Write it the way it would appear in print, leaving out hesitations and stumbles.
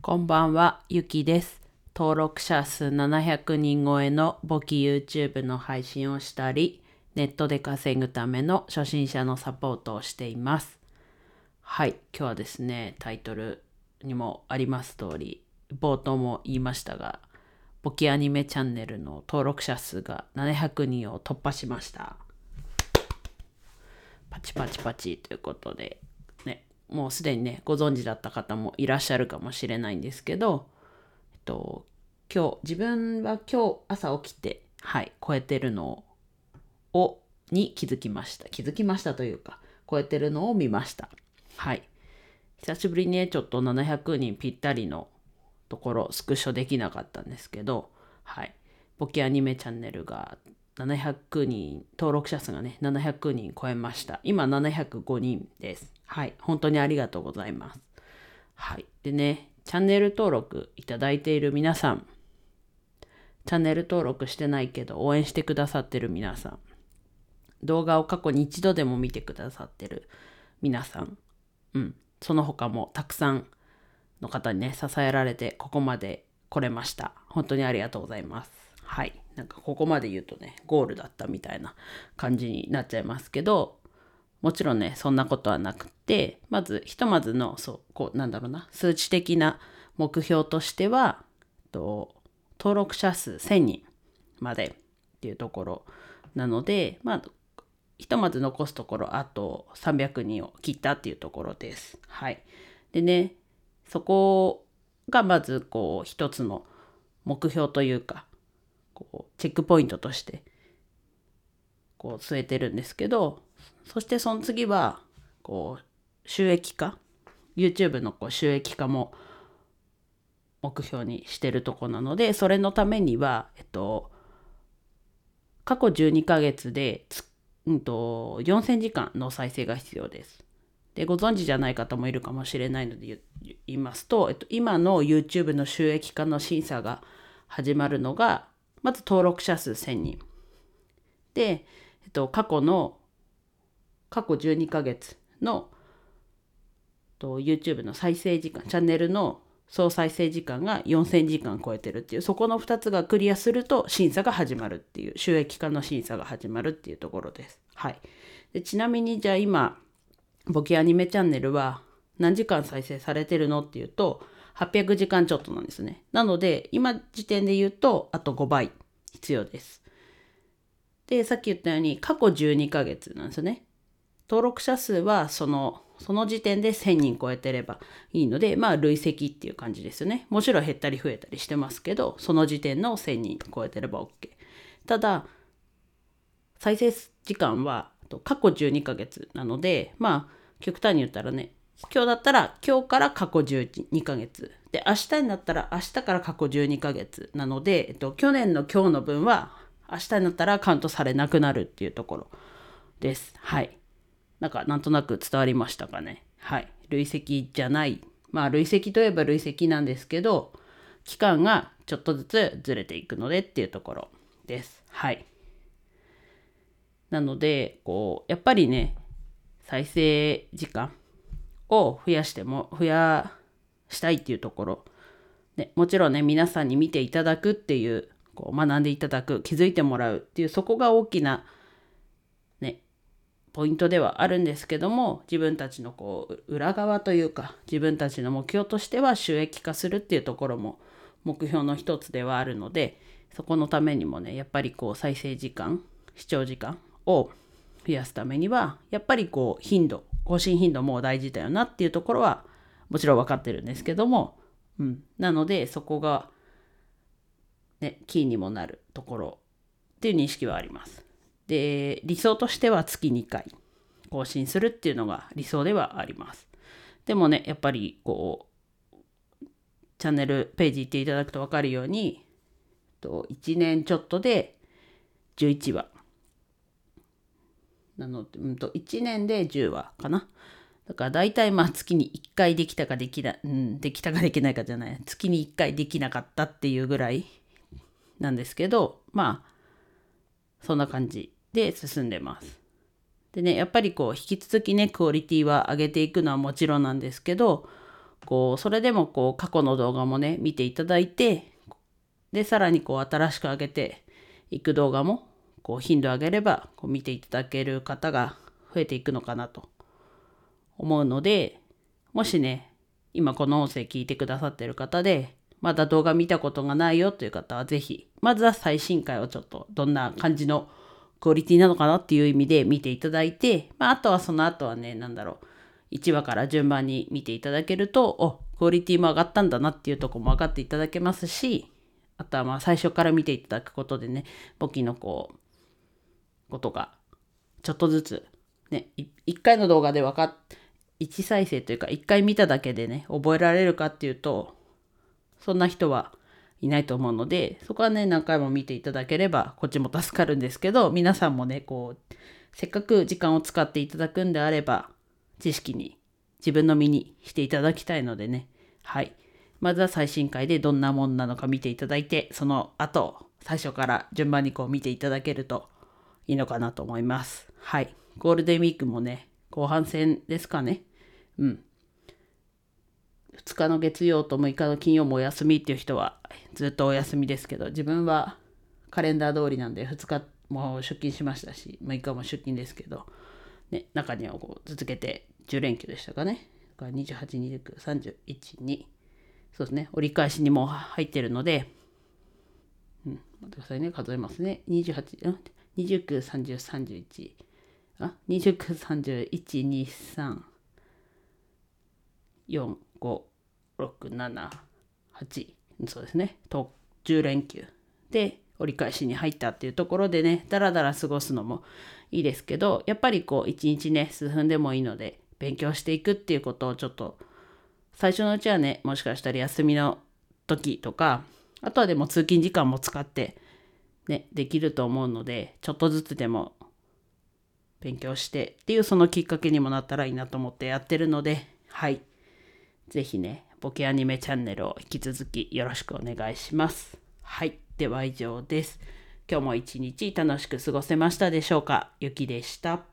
こんばんは、ゆきです。登録者数700人超えの簿記 YouTube の配信をしたり、ネットで稼ぐための初心者のサポートをしています。はい、今日はですね、タイトルにもあります通り、冒頭も言いましたが、簿記アニメチャンネルの登録者数が700人を突破しました。パチパチパチということで、ね、もうすでにね、ご存知だった方もいらっしゃるかもしれないんですけど、自分は今日朝起きて、超えてるのに気づきました。気づきましたというか、超えてるのを見ました。はい。久しぶりにね、ちょっと700人ぴったりのところ、スクショできなかったんですけど、はい。簿記アニメチャンネルが700人、登録者数がね、700人超えました。今705人です。はい。本当にありがとうございます。はい。でね、チャンネル登録いただいている皆さん、チャンネル登録してないけど応援してくださってる皆さん、動画を過去に一度でも見てくださってる皆さん、その他もたくさんの方にね、支えられてここまで来れました。本当にありがとうございます。はい。なんかここまで言うとね、ゴールだったみたいな感じになっちゃいますけど、もちろんね、そんなことはなくて、ひとまずの、数値的な目標としては、登録者数1000人までっていうところなので、ひとまず残すところ、あと300人を切ったっていうところです。はい。でね、そこがまず、一つの目標というか、チェックポイントとして、据えてるんですけど、そしてその次は、収益化、YouTube の収益化も目標にしてるとこなので、それのためには、過去12ヶ月で4000時間の再生が必要です。で、ご存知じゃない方もいるかもしれないので言いますと、今の YouTube の収益化の審査が始まるのが、まず登録者数1000人。で、過去12ヶ月のYouTube の再生時間、チャンネルの総再生時間が4000時間超えてるっていう、そこの2つがクリアすると審査が始まるっていう、収益化の審査が始まるっていうところです。はい。で、ちなみにじゃあ今、簿記アニメチャンネルは何時間再生されてるのっていうと、800時間ちょっとなんですね。なので、今時点で言うと、あと5倍必要です。で、さっき言ったように、過去12ヶ月なんですよね。登録者数はその時点で1000人超えてればいいので、累積っていう感じですよね。もちろん減ったり増えたりしてますけど、その時点の1000人超えてれば OK。ただ、再生時間は過去12ヶ月なので、極端に言ったらね、今日だったら今日から過去12ヶ月。で、明日になったら明日から過去12ヶ月なので、去年の今日の分は明日になったらカウントされなくなるっていうところです。はい。なんとなく伝わりましたかね。はい。累積じゃない。累積といえば累積なんですけど、期間がちょっとずつずれていくのでっていうところです。はい。なので、やっぱりね、再生時間を増やしたいっていうところ。ね、もちろんね、皆さんに見ていただくっていう、学んでいただく、気づいてもらうっていう、そこが大きなポイントではあるんですけども、自分たちの裏側というか、自分たちの目標としては収益化するっていうところも目標の一つではあるので、そこのためにもね、やっぱり再生時間、視聴時間を増やすためには、やっぱり更新頻度も大事だよなっていうところはもちろん分かってるんですけども、なのでそこがね、キーにもなるところっていう認識はあります。で、理想としては月2回更新するっていうのが理想ではあります。でもね、やっぱりチャンネルページ行っていただくと分かるように、1年ちょっとで11話。なので、1年で10話かな。だから大体月に1回できたかできないかじゃない。月に1回できなかったっていうぐらいなんですけど、そんな感じで進んでます。でね、やっぱり引き続きね、クオリティは上げていくのはもちろんなんですけど、 それでも過去の動画もね、見ていただいて、で、さらに新しく上げていく動画も、頻度上げれば、見ていただける方が増えていくのかなと思うので、もしね、今この音声聞いてくださってる方で、まだ動画見たことがないよという方はぜひ、まずは最新回をちょっとどんな感じのクオリティなのかなっていう意味で見ていただいて、あとはその後はね、1話から順番に見ていただけると、クオリティも上がったんだなっていうところも分かっていただけますし、あとは最初から見ていただくことでね、簿記のことがちょっとずつね、1回の動画で1再生というか1回見ただけでね、覚えられるかっていうと、そんな人はいないと思うので、そこはね、何回も見ていただければこっちも助かるんですけど、皆さんもね、せっかく時間を使っていただくんであれば、知識に自分の身にしていただきたいのでね、はい。まずは最新回でどんなもんなのか見ていただいて、その後、最初から順番に見ていただけるといいのかなと思います。はい。ゴールデンウィークもね、後半戦ですかね。2日の月曜と6日の金曜もお休みっていう人はずっとお休みですけど、自分はカレンダー通りなんで2日も出勤しましたし、6日も出勤ですけど、ね、中には続けて10連休でしたかね。だから28、29、31、2。そうですね。折り返しにも入ってるので、待ってくださいね。数えますね。28、29、30、31。29、31、2、3、4、5、6、7、8。そうですね。と10連休で折り返しに入ったっていうところでね、だらだら過ごすのもいいですけど、やっぱり一日ね、数分でもいいので、勉強していくっていうことをちょっと、最初のうちはね、もしかしたら休みの時とか、あとはでも通勤時間も使ってね、できると思うので、ちょっとずつでも勉強してっていうそのきっかけにもなったらいいなと思ってやってるので、はい。ぜひね、ボケアニメチャンネルを引き続きよろしくお願いします。はい。では以上です。今日も一日楽しく過ごせましたでしょうか。ゆきでした。